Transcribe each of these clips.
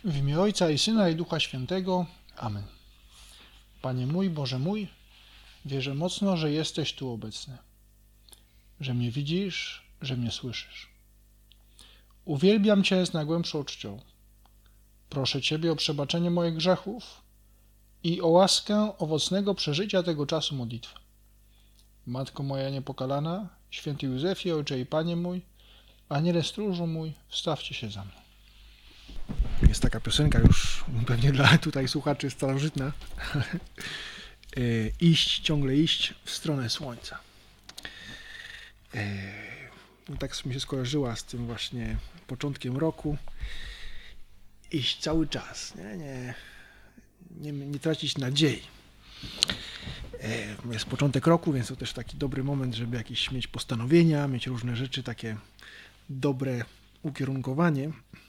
W imię Ojca i Syna i Ducha Świętego. Amen. Panie mój, Boże mój, wierzę mocno, że jesteś tu obecny, że mnie widzisz, że mnie słyszysz. Uwielbiam Cię z najgłębszą czcią. Proszę Ciebie o przebaczenie moich grzechów i o łaskę owocnego przeżycia tego czasu modlitwy. Matko moja niepokalana, święty Józefie, Ojcze i Panie mój, Aniele stróżu mój, wstawcie się za mną. Jest taka piosenka już pewnie dla tutaj słuchaczy starożytna. Ciągle iść w stronę słońca. Tak mi się skojarzyła z tym właśnie początkiem roku. Iść cały czas, nie tracić nadziei. Jest początek roku, więc to też taki dobry moment, żeby jakieś mieć postanowienia, mieć różne rzeczy, takie dobre ukierunkowanie.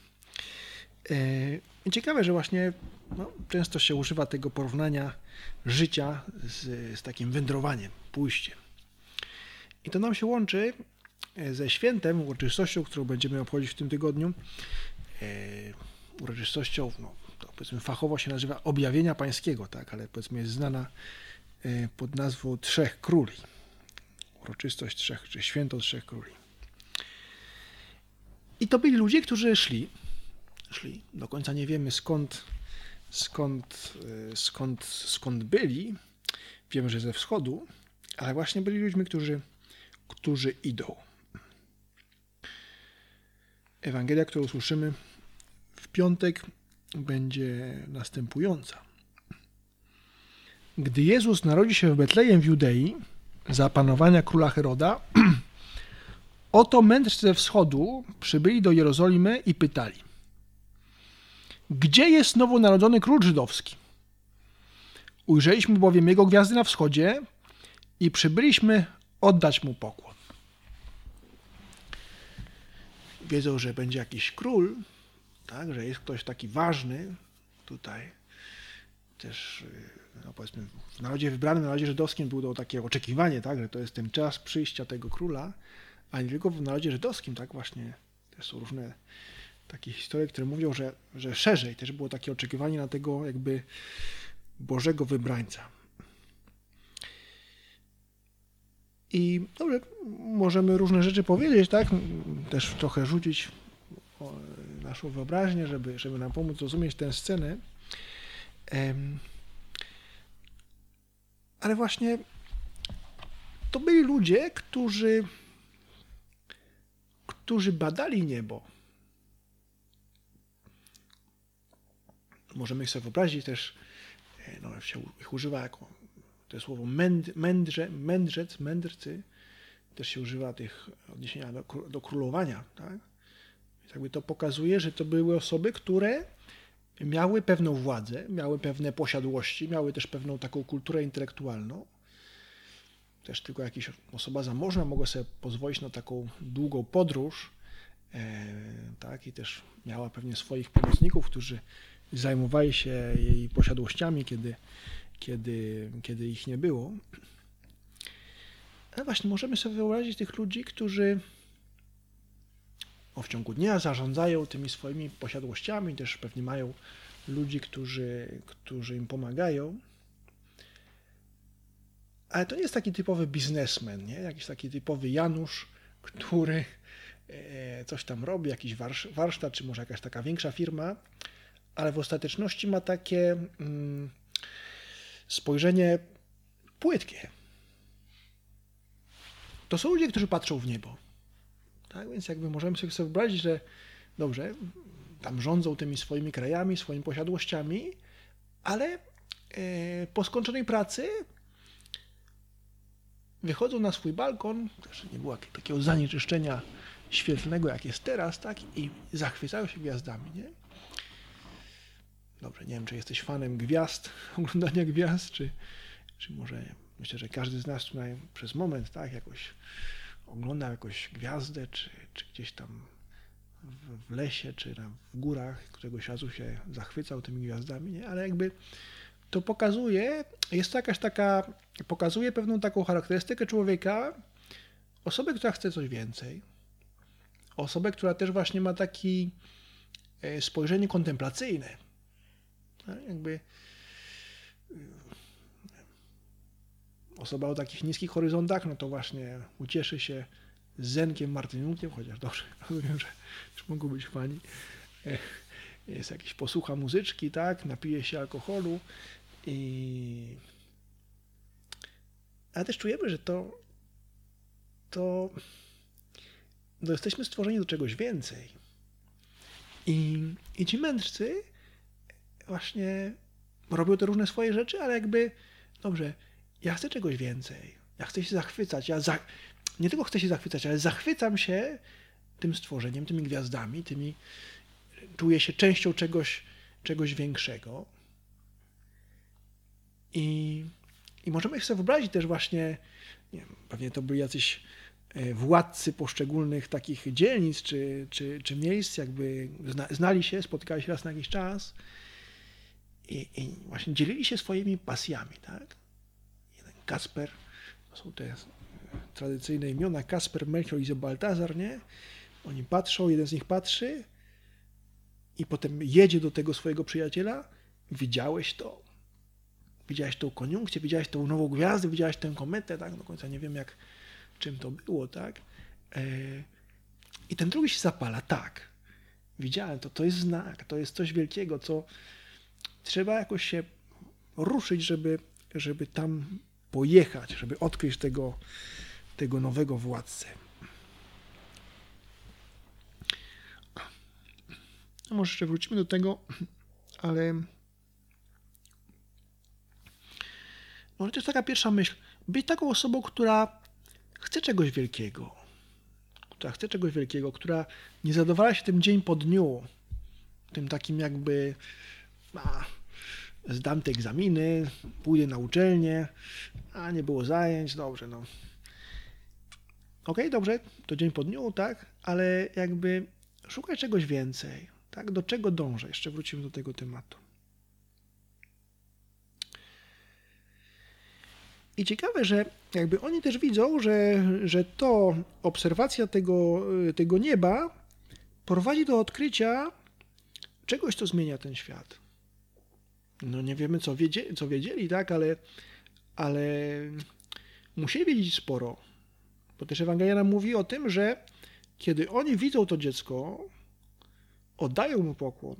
I ciekawe, że właśnie często się używa tego porównania życia z takim wędrowaniem, pójściem. I to nam się łączy ze świętem, uroczystością, którą będziemy obchodzić w tym tygodniu. Uroczystością, to powiedzmy fachowo się nazywa Objawienia Pańskiego, tak, ale powiedzmy jest znana pod nazwą Trzech Króli. Uroczystość Trzech, czy Święto Trzech Króli. I to byli ludzie, którzy szli. Do końca nie wiemy skąd byli. Wiemy, że ze wschodu, ale właśnie byli ludźmi, którzy idą. Ewangelia, którą słyszymy w piątek, będzie następująca. Gdy Jezus narodzi się w Betlejem w Judei, za panowania króla Heroda, oto mędrcy ze wschodu przybyli do Jerozolimy i pytali: gdzie jest nowonarodzony król żydowski? Ujrzeliśmy bowiem jego gwiazdy na wschodzie i przybyliśmy oddać mu pokłon. Wiedzą, że będzie jakiś król, tak, że jest ktoś taki ważny tutaj. Też powiedzmy w narodzie wybranym, w narodzie żydowskim było to takie oczekiwanie, tak, że to jest ten czas przyjścia tego króla, a nie tylko w narodzie żydowskim, tak właśnie też są różne takie historie, które mówią, że szerzej też było takie oczekiwanie na tego jakby Bożego wybrańca. I dobrze, możemy różne rzeczy powiedzieć, tak? Też trochę rzucić naszą wyobraźnię, żeby nam pomóc zrozumieć tę scenę. Ale właśnie to byli ludzie, którzy badali niebo. Możemy ich sobie wyobrazić też, się ich używa jako to słowo mędrcy, też się używa tych odniesienia do królowania, tak? I jakby to pokazuje, że to były osoby, które miały pewną władzę, miały pewne posiadłości, miały też pewną taką kulturę intelektualną. Też tylko jakaś osoba zamożna mogła sobie pozwolić na taką długą podróż, tak? I też miała pewnie swoich pomocników, którzy zajmowali się jej posiadłościami, kiedy ich nie było. Ale właśnie możemy sobie wyobrazić tych ludzi, którzy w ciągu dnia zarządzają tymi swoimi posiadłościami, też pewnie mają ludzi, którzy im pomagają. Ale to nie jest taki typowy biznesmen, nie? Jakiś taki typowy Janusz, który coś tam robi, jakiś warsztat, czy może jakaś taka większa firma, ale w ostateczności ma takie spojrzenie płytkie. To są ludzie, którzy patrzą w niebo. Tak? Więc jakby możemy sobie wyobrazić, że dobrze, tam rządzą tymi swoimi krajami, swoimi posiadłościami, ale po skończonej pracy wychodzą na swój balkon, też nie było takiego zanieczyszczenia świetlnego, jak jest teraz, tak? I zachwycają się gwiazdami, nie? Dobrze, nie wiem, czy jesteś fanem gwiazd, oglądania gwiazd, czy może, myślę, że każdy z nas tutaj przez moment, tak, jakoś oglądał jakąś gwiazdę, czy gdzieś tam w lesie, czy w górach, któregoś razu się zachwycał tymi gwiazdami, nie? Ale jakby to pokazuje, jest to jakaś taka, pokazuje pewną taką charakterystykę człowieka, osobę, która chce coś więcej, osobę, która też właśnie ma taki spojrzenie kontemplacyjne. Jakby osoba o takich niskich horyzontach, no to właśnie ucieszy się zenkiem, martyniukiem, chociaż dobrze, rozumiem, że też mogą być fani. Jest jakiś, posłucha muzyczki, tak, napije się alkoholu ale też czujemy, że to jesteśmy stworzeni do czegoś więcej. I ci mędrcy właśnie robią te różne swoje rzeczy, ale jakby, dobrze, ja chcę czegoś więcej. Ja chcę się zachwycać. Nie tylko chcę się zachwycać, ale zachwycam się tym stworzeniem, tymi gwiazdami, czuję się częścią czegoś większego. I możemy sobie wyobrazić też właśnie, nie wiem, pewnie to byli jacyś władcy poszczególnych takich dzielnic czy miejsc, jakby znali się, spotykali się raz na jakiś czas i właśnie dzielili się swoimi pasjami, tak? Jeden Kasper, to są te tradycyjne imiona, Kasper, Melchior i Baltazar, nie? Oni patrzą, jeden z nich patrzy i potem jedzie do tego swojego przyjaciela. Widziałeś to? Widziałeś tą koniunkcję, widziałeś tą nową gwiazdę, widziałeś tę kometę, tak? Do końca nie wiem, czym to było, tak? I ten drugi się zapala, tak. Widziałem to jest znak, to jest coś wielkiego, co trzeba jakoś się ruszyć, żeby tam pojechać, żeby odkryć tego nowego władcę. No może jeszcze wrócimy do tego, ale może to jest taka pierwsza myśl. Być taką osobą, która chce czegoś wielkiego, która nie zadowala się tym dzień po dniu, tym takim jakby zdam te egzaminy, pójdę na uczelnię, a nie było zajęć, dobrze, no. Okej, dobrze, to dzień po dniu, tak, ale jakby szukaj czegoś więcej, tak, do czego dążę? Jeszcze wrócimy do tego tematu. I ciekawe, że jakby oni też widzą, że to obserwacja tego nieba prowadzi do odkrycia czegoś, co zmienia ten świat. No nie wiemy, co wiedzieli, tak, ale musieli wiedzieć sporo. Bo też Ewangelia nam mówi o tym, że kiedy oni widzą to dziecko, oddają mu pokłon.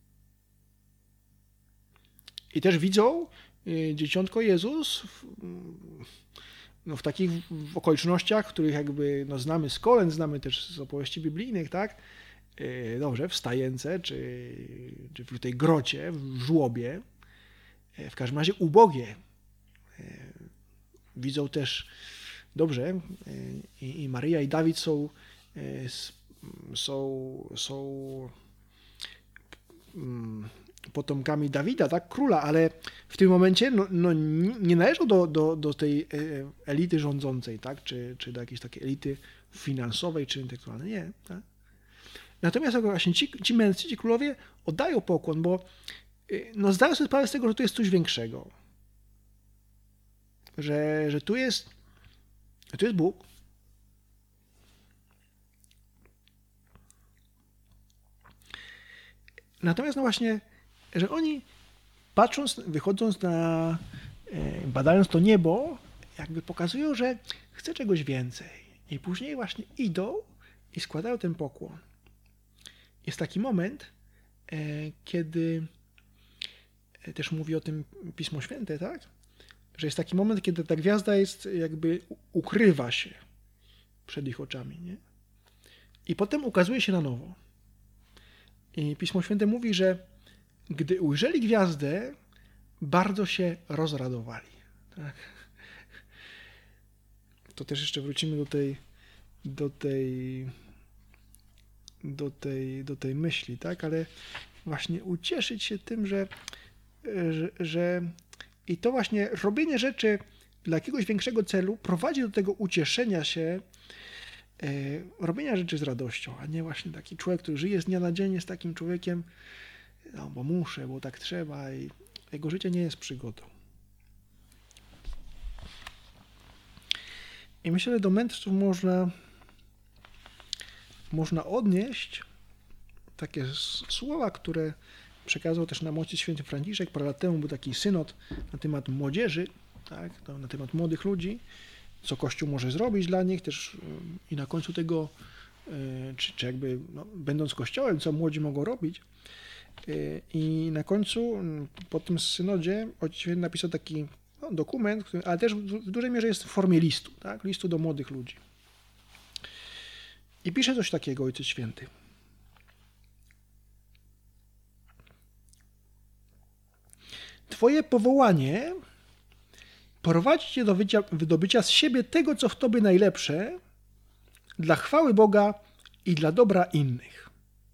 I też widzą dzieciątko Jezus w takich okolicznościach, których jakby znamy z kolęd, znamy też z opowieści biblijnych, tak? Dobrze, w stajence, czy w tej grocie, w żłobie, w każdym razie ubogie. Widzą też, dobrze, i Maryja i Dawid są potomkami Dawida, tak, króla, ale w tym momencie nie należą do tej elity rządzącej, tak, czy do jakiejś takiej elity finansowej, czy intelektualnej, nie, tak. Natomiast właśnie ci mędrcy, ci królowie oddają pokłon, bo zdają sobie sprawę z tego, że tu jest coś większego, że tu jest Bóg. Natomiast właśnie, że oni patrząc, wychodząc badając to niebo, jakby pokazują, że chce czegoś więcej. I później właśnie idą i składają ten pokłon. Jest taki moment, kiedy też mówi o tym Pismo Święte, tak? Że jest taki moment, kiedy ta gwiazda jest jakby ukrywa się przed ich oczami, nie? I potem ukazuje się na nowo. I Pismo Święte mówi, że gdy ujrzeli gwiazdę, bardzo się rozradowali. Tak? To też jeszcze wrócimy do tej myśli, tak? Ale właśnie ucieszyć się tym, że i to właśnie robienie rzeczy dla jakiegoś większego celu prowadzi do tego ucieszenia się, robienia rzeczy z radością, a nie właśnie taki człowiek, który żyje z dnia na dzień, jest takim człowiekiem, no bo muszę, bo tak trzeba i jego życie nie jest przygodą. I myślę, że do mędrców można odnieść takie słowa, które przekazał też nam Ojciec Święty Franciszek. Parę lat temu był taki synod na temat młodzieży, tak, na temat młodych ludzi, co Kościół może zrobić dla nich też i na końcu tego, czy jakby będąc Kościołem, co młodzi mogą robić. I na końcu, po tym synodzie, Ojciec Święty napisał taki dokument, który, ale też w dużej mierze jest w formie listu, tak, listu do młodych ludzi. I pisze coś takiego Ojciec Święty. Twoje powołanie prowadzi cię do wydobycia z siebie tego, co w tobie najlepsze, dla chwały Boga i dla dobra innych.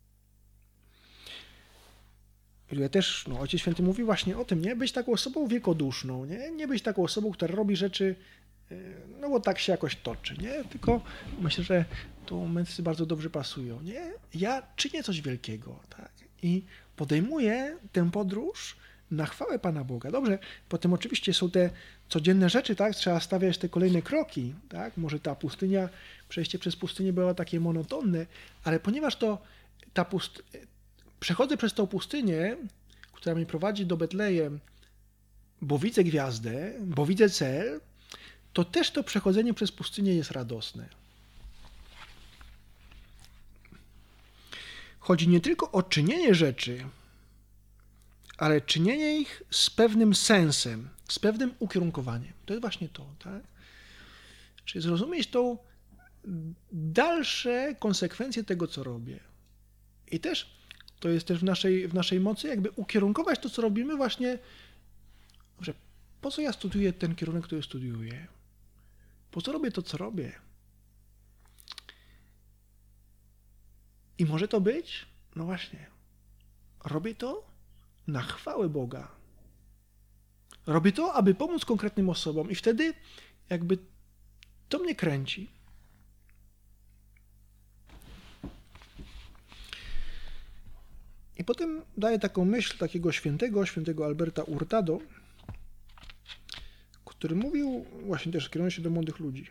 I też Ojciec Święty mówi właśnie o tym, nie być taką osobą wielkoduszną, nie być taką osobą, która robi rzeczy, no bo tak się jakoś toczy, nie? Tylko myślę, że tu mędrcy bardzo dobrze pasują, nie? Ja czynię coś wielkiego, tak? I podejmuję tę podróż na chwałę Pana Boga. Dobrze, potem oczywiście są te codzienne rzeczy, tak? Trzeba stawiać te kolejne kroki, tak? Może ta pustynia, przejście przez pustynię było takie monotonne, ale ponieważ przechodzę przez tą pustynię, która mnie prowadzi do Betlejem, bo widzę gwiazdę, bo widzę cel, to też to przechodzenie przez pustynię jest radosne. Chodzi nie tylko o czynienie rzeczy, ale czynienie ich z pewnym sensem, z pewnym ukierunkowaniem. To jest właśnie to, tak? Czyli zrozumieć tą dalsze konsekwencje tego, co robię. I też to jest też w naszej mocy jakby ukierunkować to, co robimy właśnie, że po co ja studiuję ten kierunek, który studiuję? Po co robię to, co robię? I może to być? No właśnie. Robię to na chwałę Boga. Robię to, aby pomóc konkretnym osobom i wtedy jakby to mnie kręci. I potem daje taką myśl takiego świętego Alberta Hurtado, który mówił, właśnie też kierując się do młodych ludzi.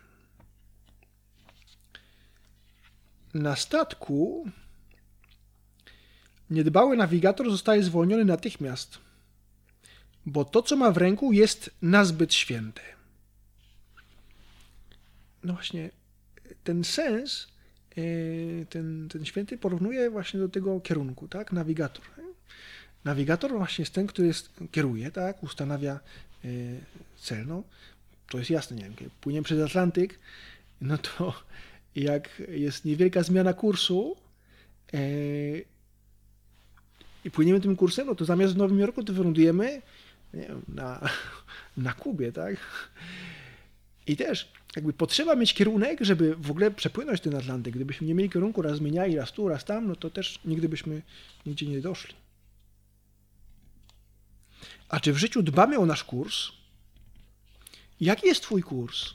Na statku niedbały nawigator zostaje zwolniony natychmiast, bo to, co ma w ręku, jest nazbyt święte. No właśnie, ten sens, ten święty porównuje właśnie do tego kierunku, tak? Nawigator. Nawigator właśnie jest ten, który kieruje, tak? Ustanawia cel. No, to jest jasne, nie wiem, kiedy płyniemy przez Atlantyk, no to jak jest niewielka zmiana kursu i płyniemy tym kursem, no to zamiast w Nowym Jorku to wylądujemy, nie wiem, na Kubie, tak? I też jakby potrzeba mieć kierunek, żeby w ogóle przepłynąć ten Atlantyk. Gdybyśmy nie mieli kierunku, raz zmieniali, raz tu, raz tam, no to też nigdy byśmy nigdzie nie doszli. A czy w życiu dbamy o nasz kurs? Jaki jest twój kurs?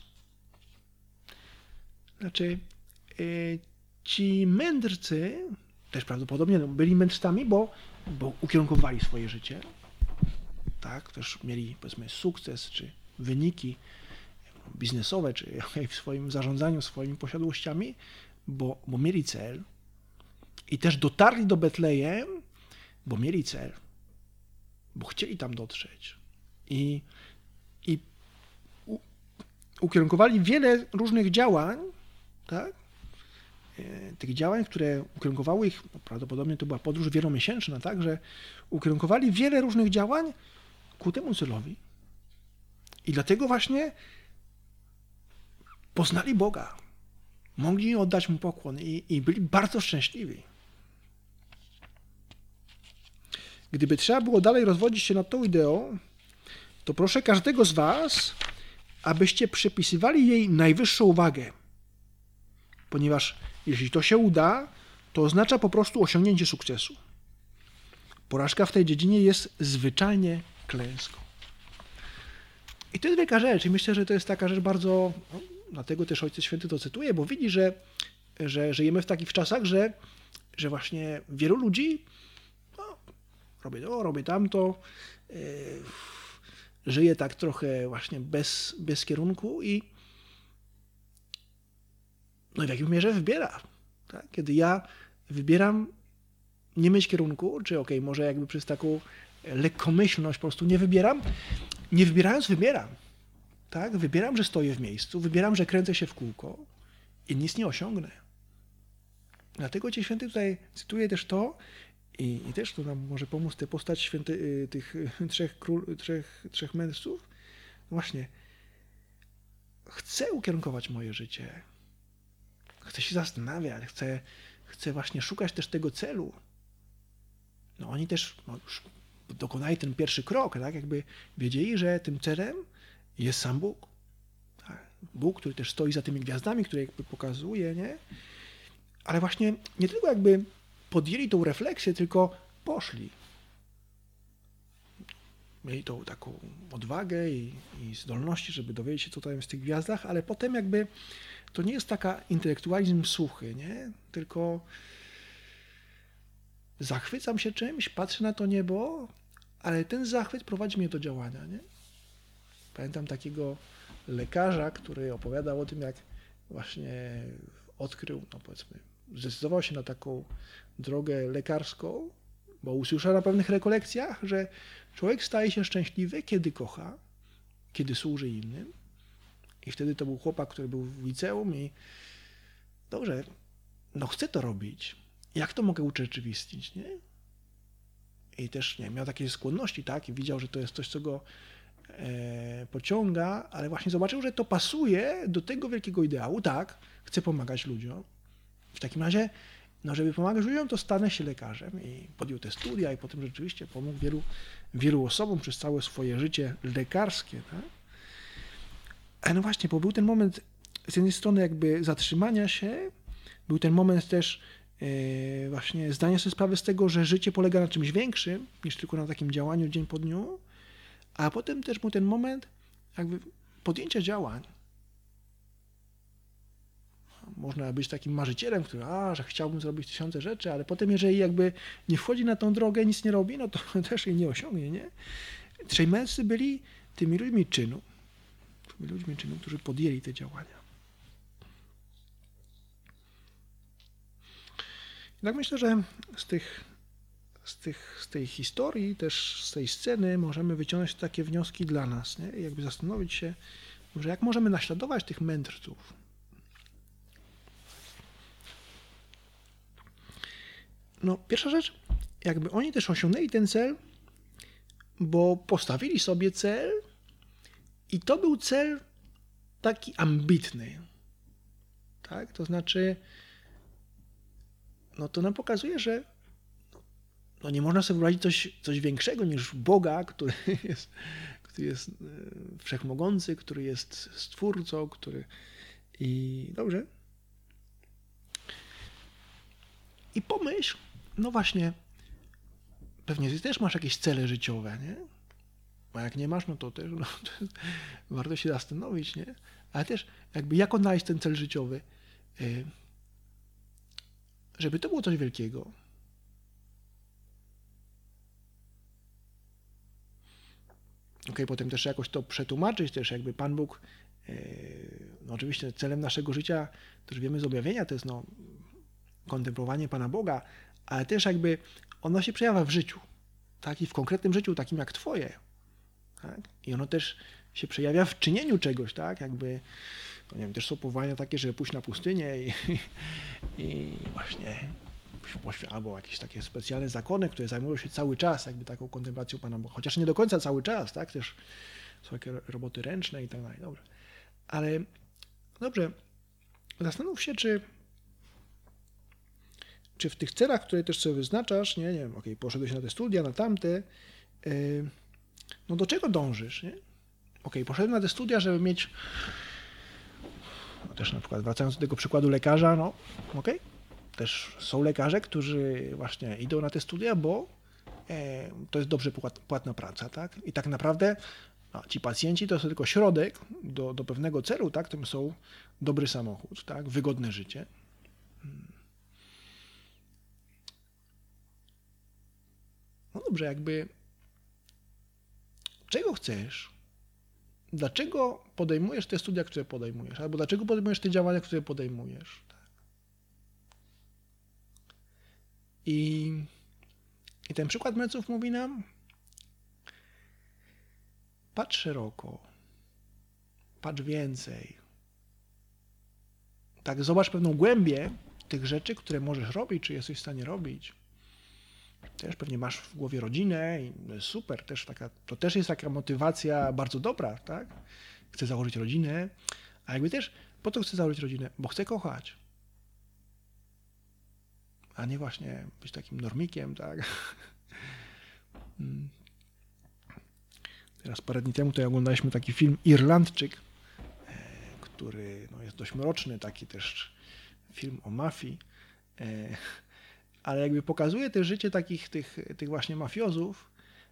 Znaczy, ci mędrcy też prawdopodobnie byli mędrcami, bo ukierunkowali swoje życie. Tak, też mieli, powiedzmy, sukces czy wyniki biznesowe, czy w swoim zarządzaniu swoimi posiadłościami, bo mieli cel i też dotarli do Betlejem, bo mieli cel, bo chcieli tam dotrzeć i ukierunkowali wiele różnych działań, tak? Tych działań, które ukierunkowały ich, no prawdopodobnie to była podróż wielomiesięczna, tak? Że ukierunkowali wiele różnych działań ku temu celowi. I dlatego właśnie poznali Boga. Mogli oddać Mu pokłon i byli bardzo szczęśliwi. Gdyby trzeba było dalej rozwodzić się nad tą ideą, to proszę każdego z was, abyście przypisywali jej najwyższą wagę. Ponieważ jeśli to się uda, to oznacza po prostu osiągnięcie sukcesu. Porażka w tej dziedzinie jest zwyczajnie klęską. I to jest wielka rzecz i myślę, że to jest taka rzecz bardzo, no, dlatego też Ojciec Święty to cytuje, bo widzi, że żyjemy w takich czasach, że właśnie wielu ludzi robię to, robię tamto, żyje tak trochę właśnie bez kierunku i no w jakiej mierze wybiera. Tak? Kiedy ja wybieram nie mieć kierunku, czy może jakby przez taką lekkomyślność po prostu nie wybieram. Nie wybierając, wybieram. Tak? Wybieram, że stoję w miejscu, wybieram, że kręcę się w kółko i nic nie osiągnę. Dlatego Ojciec Święty tutaj cytuje też to i też to nam może pomóc tę postać tych trzech mędrców. Właśnie, chcę ukierunkować moje życie. Chcę się zastanawiać, chcę właśnie szukać też tego celu. No oni też już dokonali ten pierwszy krok, tak? Jakby wiedzieli, że tym celem jest sam Bóg. Tak? Bóg, który też stoi za tymi gwiazdami, które jakby pokazuje, nie? Ale właśnie nie tylko jakby podjęli tą refleksję, tylko poszli. Mieli tą taką odwagę i zdolności, żeby dowiedzieć się, co tam jest w tych gwiazdach, ale potem jakby to nie jest taka intelektualizm suchy, nie? Tylko zachwycam się czymś, patrzę na to niebo, ale ten zachwyt prowadzi mnie do działania, nie? Pamiętam takiego lekarza, który opowiadał o tym, jak właśnie odkrył, no powiedzmy, zdecydował się na taką drogę lekarską, bo usłyszał na pewnych rekolekcjach, że człowiek staje się szczęśliwy, kiedy kocha, kiedy służy innym. I wtedy to był chłopak, który był w liceum i dobrze, no chcę to robić. Jak to mogę urzeczywistnić, nie? I też, nie miał takie skłonności, tak? I widział, że to jest coś, co go pociąga, ale właśnie zobaczył, że to pasuje do tego wielkiego ideału. Tak, chcę pomagać ludziom. W takim razie, no żeby pomagać ludziom, to stanę się lekarzem i podjął te studia i potem rzeczywiście pomógł wielu osobom przez całe swoje życie lekarskie, tak? Ale no właśnie, bo był ten moment z jednej strony jakby zatrzymania się, był ten moment też właśnie zdania sobie sprawy z tego, że życie polega na czymś większym niż tylko na takim działaniu dzień po dniu, a potem też był ten moment jakby podjęcia działań. Można być takim marzycielem, który, że chciałbym zrobić 1000 rzeczy, ale potem jeżeli jakby nie wchodzi na tą drogę, nic nie robi, no to też jej nie osiągnie, nie? Trzej mędrcy byli tymi ludźmi czynu, którzy podjęli te działania. I tak myślę, że z tej historii, też z tej sceny możemy wyciągnąć takie wnioski dla nas, nie? I jakby zastanowić się, że jak możemy naśladować tych mędrców. No, pierwsza rzecz, jakby oni też osiągnęli ten cel, bo postawili sobie cel i to był cel taki ambitny. Tak? To znaczy, no to nam pokazuje, że no nie można sobie wyobrazić coś większego niż Boga, który jest wszechmogący, który jest stwórcą, i dobrze. I pomyśl, no właśnie, pewnie ty też masz jakieś cele życiowe, nie? Bo jak nie masz, no to też warto się zastanowić, nie? Ale też jakby jak odnaleźć ten cel życiowy, żeby to było coś wielkiego. Potem też jakoś to przetłumaczyć, też jakby Pan Bóg, no oczywiście celem naszego życia, też wiemy z objawienia, to jest kontemplowanie Pana Boga, ale też jakby ono się przejawia w życiu, tak? I w konkretnym życiu, takim jak Twoje. Tak? I ono też się przejawia w czynieniu czegoś, tak? Jakby, no nie wiem, też są powołania takie, żeby pójść na pustynię i właśnie albo jakieś takie specjalne zakony, które zajmują się cały czas jakby taką kontemplacją Pana Boga. Chociaż nie do końca cały czas, tak? Też są takie roboty ręczne i tak dalej. Dobrze. Ale dobrze, zastanów się, czy w tych celach, które też sobie wyznaczasz, nie wiem, poszedłeś na te studia, na tamte, no do czego dążysz, nie? Poszedłem na te studia, żeby mieć, no też na przykład wracając do tego przykładu lekarza, też są lekarze, którzy właśnie idą na te studia, bo to jest dobrze płatna praca, tak? I tak naprawdę ci pacjenci to jest tylko środek do pewnego celu, tak? Tym są dobry samochód, tak? Wygodne życie. No dobrze, jakby czego chcesz? Dlaczego podejmujesz te studia, które podejmujesz? Albo dlaczego podejmujesz te działania, które podejmujesz? Tak? I I ten przykład mędrców mówi nam, patrz szeroko, patrz więcej. Tak, zobacz pewną głębię tych rzeczy, które możesz robić, czy jesteś w stanie robić. Też pewnie masz w głowie rodzinę i super, to też jest taka motywacja bardzo dobra, tak? Chcę założyć rodzinę, a jakby też po to chcę założyć rodzinę, bo chcę kochać. A nie właśnie być takim normikiem, tak? Teraz parę dni temu tutaj oglądaliśmy taki film Irlandczyk, który jest dość mroczny, taki też film o mafii, ale jakby pokazuje też życie tych właśnie mafiozów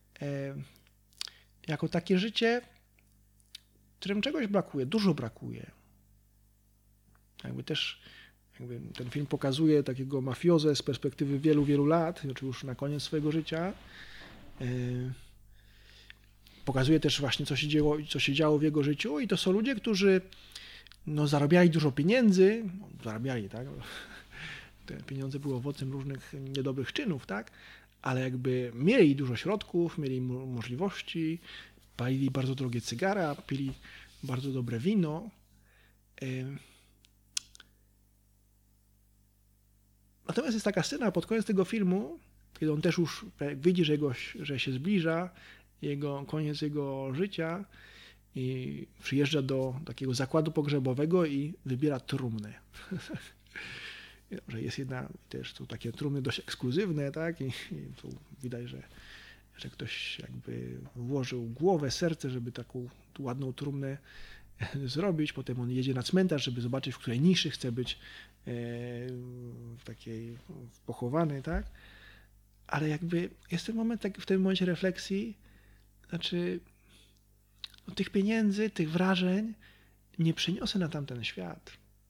jako takie życie, którym czegoś brakuje, dużo brakuje. Jakby ten film pokazuje takiego mafiozę z perspektywy wielu, wielu lat, czy już na koniec swojego życia. Pokazuje też właśnie, co się działo w jego życiu i to są ludzie, którzy zarabiali dużo pieniędzy, tak? Te pieniądze były owocem różnych niedobrych czynów, tak? Ale jakby mieli dużo środków, mieli możliwości, palili bardzo drogie cygara, pili bardzo dobre wino. Natomiast jest taka scena pod koniec tego filmu, kiedy on też już widzi, że się zbliża koniec jego życia i przyjeżdża do takiego zakładu pogrzebowego i wybiera trumnę. Że jest jedna, też są takie trumny dość ekskluzywne, tak? I tu widać, że ktoś jakby włożył głowę, serce, żeby taką ładną trumnę zrobić. Potem on jedzie na cmentarz, żeby zobaczyć, w której niszy chce być pochowany, tak? Ale jakby jest ten moment, w tym momencie refleksji, znaczy tych pieniędzy, tych wrażeń nie przeniosę na tamten świat.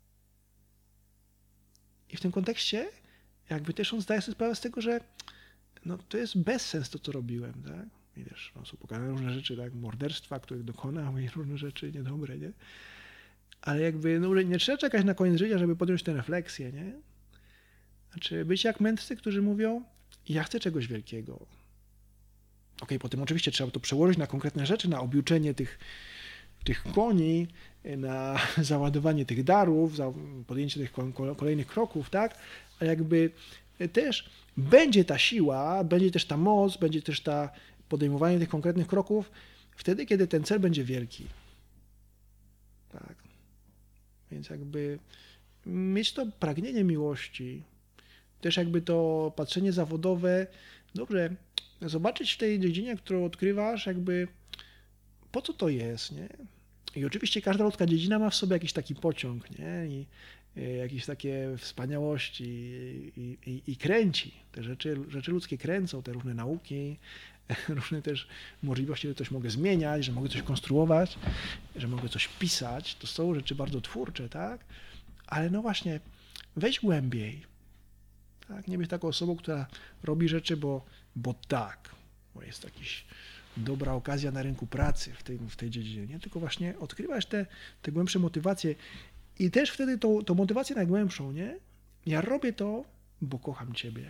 I w tym kontekście jakby też on zdaje sobie sprawę z tego, że to jest bezsens to, co robiłem, tak? I też są pokazane różne rzeczy, tak? Morderstwa, których dokonał i różne rzeczy niedobre, nie? Ale jakby nie trzeba czekać na koniec życia, żeby podjąć tę refleksję, nie? Znaczy być jak mędrcy, którzy mówią, ja chcę czegoś wielkiego. Okej, potem oczywiście trzeba to przełożyć na konkretne rzeczy, na objuczenie tych koni, na załadowanie tych darów, podjęcie tych kolejnych kroków, tak? A jakby też będzie ta siła, będzie też ta moc, będzie też ta podejmowanie tych konkretnych kroków wtedy, kiedy ten cel będzie wielki. Tak. Więc jakby mieć to pragnienie miłości, też jakby to patrzenie zawodowe, dobrze, zobaczyć w tej dziedzinie, którą odkrywasz, jakby po co to jest, nie? I oczywiście każda ludzka dziedzina ma w sobie jakiś taki pociąg, nie? I jakieś takie wspaniałości i kręci. Te rzeczy ludzkie kręcą, te różne nauki, różne też możliwości, że coś mogę zmieniać, że mogę coś konstruować, że mogę coś pisać. To są rzeczy bardzo twórcze, tak? Ale właśnie, weź głębiej. Tak? Nie być taką osobą, która robi rzeczy, bo jest jakaś dobra okazja na rynku pracy w tej dziedzinie, nie? Tylko właśnie odkrywać te głębsze motywacje i też wtedy tą motywację najgłębszą, nie? Ja robię to, bo kocham Ciebie.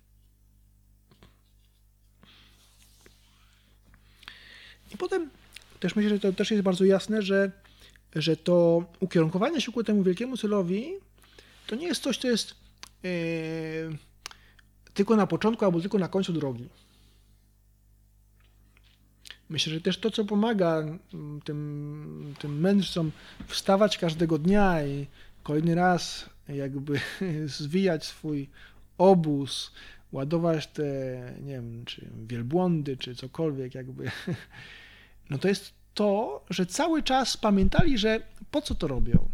I potem też myślę, że to też jest bardzo jasne, że to ukierunkowanie się ku temu wielkiemu celowi to nie jest coś, co jest tylko na początku albo tylko na końcu drogi. Myślę, że też to, co pomaga tym mędrcom wstawać każdego dnia i kolejny raz jakby zwijać swój obóz, ładować te, nie wiem, czy wielbłądy, czy cokolwiek jakby, to jest to, że cały czas pamiętali, że po co to robią.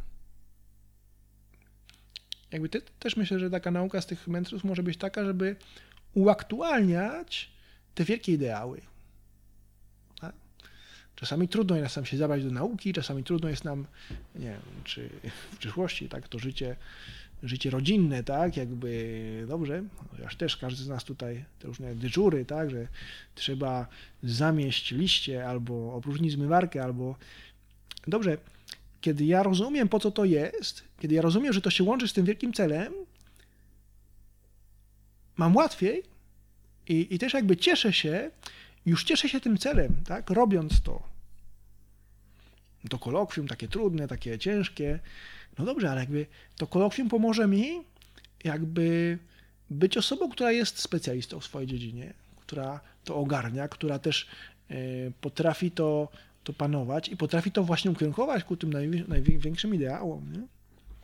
Jakby też myślę, że taka nauka z tych mędrców może być taka, żeby uaktualniać te wielkie ideały. Tak? Czasami trudno jest nam się zabrać do nauki, czasami trudno jest nam, nie wiem, czy w przyszłości, tak, to życie rodzinne, tak, jakby dobrze, aż też każdy z nas tutaj te różne dyżury, tak, że trzeba zamieść liście albo opróżnić zmywarkę, albo dobrze, kiedy ja rozumiem, po co to jest, kiedy ja rozumiem, że to się łączy z tym wielkim celem, mam łatwiej I też jakby cieszę się tym celem, tak, robiąc to. To kolokwium takie trudne, takie ciężkie, no dobrze, ale jakby to kolokwium pomoże mi jakby być osobą, która jest specjalistą w swojej dziedzinie, która to ogarnia, która też potrafi to panować i potrafi to właśnie ukierunkować ku tym największym ideałom. Nie?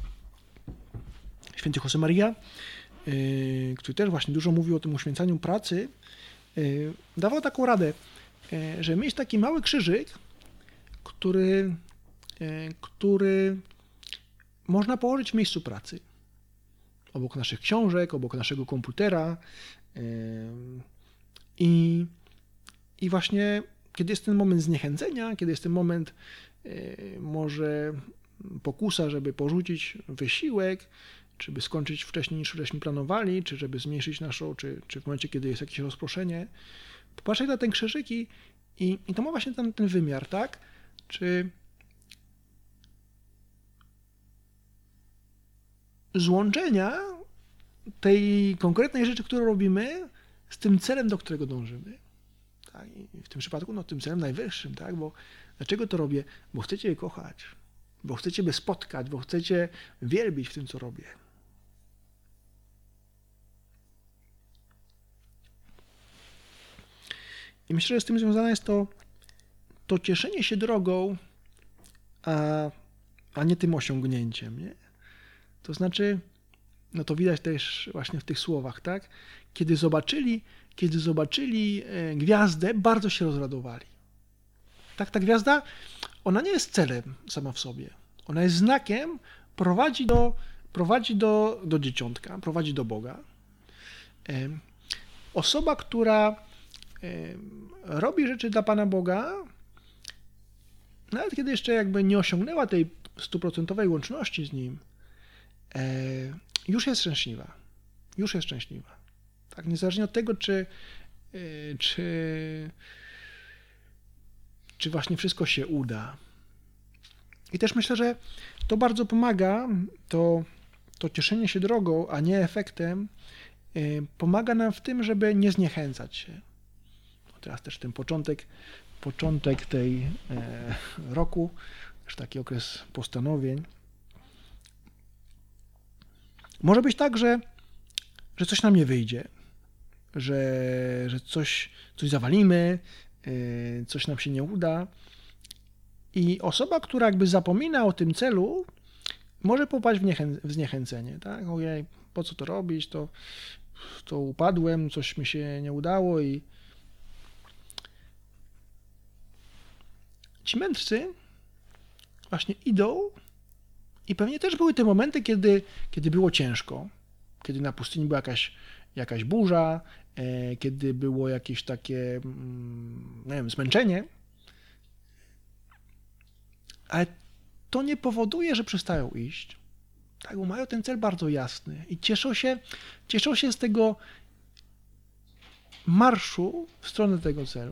Święty Josemaria, który też właśnie dużo mówił o tym uświęcaniu pracy, dawał taką radę, że mieć taki mały krzyżyk, który można położyć w miejscu pracy. Obok naszych książek, obok naszego komputera. I właśnie kiedy jest ten moment zniechęcenia, kiedy jest ten moment może pokusa, żeby porzucić wysiłek, czy by skończyć wcześniej niż żeśmy planowali, czy żeby zmniejszyć naszą, czy w momencie, kiedy jest jakieś rozproszenie, popatrzeć na ten krzyżyk i to ma właśnie ten wymiar, tak? Czy złączenia tej konkretnej rzeczy, którą robimy, z tym celem, do którego dążymy. Tak? I w tym przypadku tym celem najwyższym, tak? Bo dlaczego to robię? Bo chcecie je kochać, bo chcecie je spotkać, bo chcecie wielbić w tym, co robię. I myślę, że z tym związane jest to cieszenie się drogą, a nie tym osiągnięciem, nie? To znaczy, no to widać też właśnie w tych słowach, tak? Kiedy zobaczyli gwiazdę, bardzo się rozradowali. Tak, ta gwiazda, ona nie jest celem sama w sobie. Ona jest znakiem, prowadzi do dzieciątka, prowadzi do Boga. Osoba, która robi rzeczy dla Pana Boga, nawet kiedy jeszcze jakby nie osiągnęła tej 100% łączności z Nim, już jest szczęśliwa. Już jest szczęśliwa. Tak, niezależnie od tego, czy właśnie wszystko się uda. I też myślę, że to bardzo pomaga, to cieszenie się drogą, a nie efektem, pomaga nam w tym, żeby nie zniechęcać się. Teraz też ten początek tej roku, też taki okres postanowień. Może być tak, że coś nam nie wyjdzie, że coś zawalimy, coś nam się nie uda i osoba, która jakby zapomina o tym celu, może popaść w zniechęcenie, tak? Ojej, po co to robić, to upadłem, coś mi się nie udało i ci mędrcy właśnie idą i pewnie też były te momenty, kiedy było ciężko, kiedy na pustyni była jakaś burza, kiedy było jakieś takie, nie wiem, zmęczenie, ale to nie powoduje, że przestają iść, tak, bo mają ten cel bardzo jasny i cieszą się z tego marszu w stronę tego celu.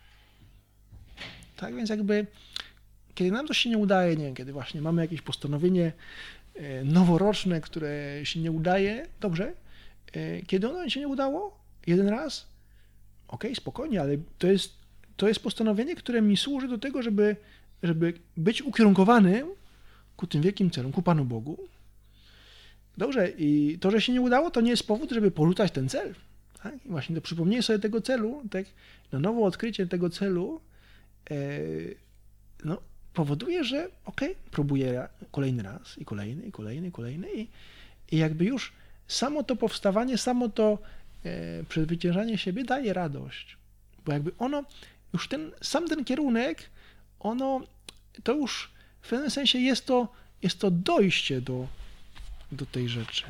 Tak więc jakby, kiedy nam coś się nie udaje, nie wiem, kiedy właśnie mamy jakieś postanowienie noworoczne, które się nie udaje, dobrze, kiedy ono się nie udało, jeden raz, okej, spokojnie, ale to jest postanowienie, które mi służy do tego, żeby być ukierunkowanym ku tym wielkim celom, ku Panu Bogu. Dobrze, i to, że się nie udało, to nie jest powód, żeby porzucać ten cel. Tak? I właśnie to przypomnienie sobie tego celu, tak, na nowo odkrycie tego celu, powoduje, że próbuję kolejny raz i kolejny i jakby już samo to powstawanie, samo to przezwyciężanie siebie daje radość, bo jakby ono, już sam ten kierunek, to już w pewnym sensie jest to dojście do tej rzeczy.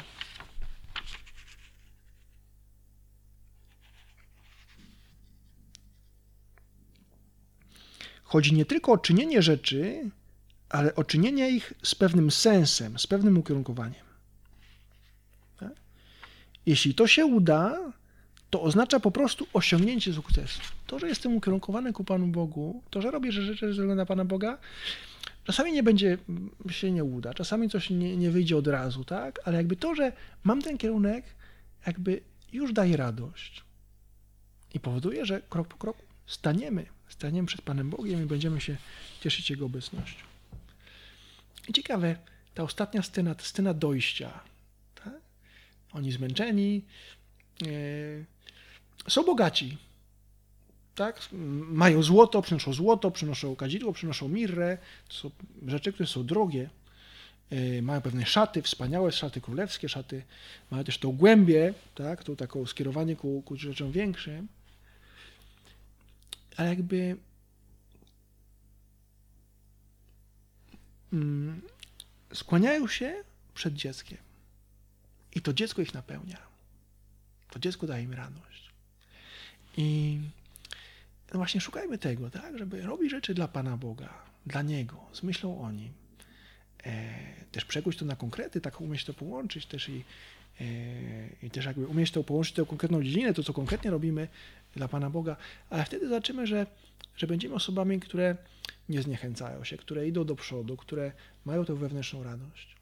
Chodzi nie tylko o czynienie rzeczy, ale o czynienie ich z pewnym sensem, z pewnym ukierunkowaniem. Tak? Jeśli to się uda, to oznacza po prostu osiągnięcie sukcesu. To, że jestem ukierunkowany ku Panu Bogu, to, że robię rzeczy ze względu na Pana Boga, czasami się nie uda, czasami coś nie wyjdzie od razu, tak? Ale jakby to, że mam ten kierunek, jakby już daje radość. i powoduje, że krok po kroku staniemy przed Panem Bogiem i będziemy się cieszyć Jego obecnością. I ciekawe, ta ostatnia scena, ta scena dojścia. Tak? Oni zmęczeni, są bogaci. Tak? Mają złoto, przynoszą kadzidło, przynoszą mirrę. To są rzeczy, które są drogie. Mają pewne szaty, wspaniałe szaty królewskie, szaty, mają też tą głębię, tak? To taką skierowanie ku rzeczom większym. Ale jakby skłaniają się przed dzieckiem. I to dziecko ich napełnia. To dziecko daje im radość. I no właśnie szukajmy tego, tak, żeby robić rzeczy dla Pana Boga, dla Niego, z myślą o Nim. Też przekuć to na konkrety, tak umieć to połączyć też i też jakby umieć to połączyć tę konkretną dziedzinę, to co konkretnie robimy dla Pana Boga, ale wtedy zobaczymy, że będziemy osobami, które nie zniechęcają się, które idą do przodu, które mają tę wewnętrzną radość.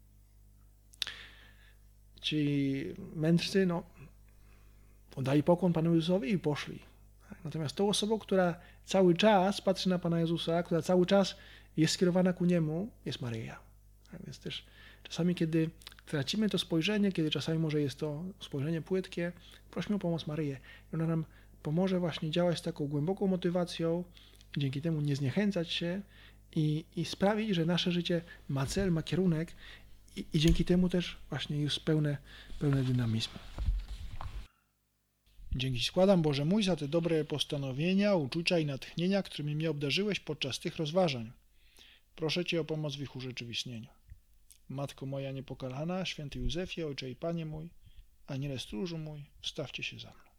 Ci mędrcy, oddali pokłon Panu Jezusowi i poszli. Natomiast tą osobą, która cały czas patrzy na Pana Jezusa, która cały czas jest skierowana ku Niemu, jest Maryja. Tak więc też czasami, kiedy tracimy to spojrzenie, kiedy czasami może jest to spojrzenie płytkie, prośmy o pomoc Maryję. I ona nam pomoże właśnie działać z taką głęboką motywacją, dzięki temu nie zniechęcać się i sprawić, że nasze życie ma cel, ma kierunek i dzięki temu też właśnie jest pełne dynamizmu. Dzięki składam, Boże mój, za te dobre postanowienia, uczucia i natchnienia, którymi mnie obdarzyłeś podczas tych rozważań. Proszę Cię o pomoc w ich urzeczywistnieniu. Matko moja niepokalana, święty Józefie, Ojcze i Panie mój, Aniele stróżu mój, wstawcie się za mną.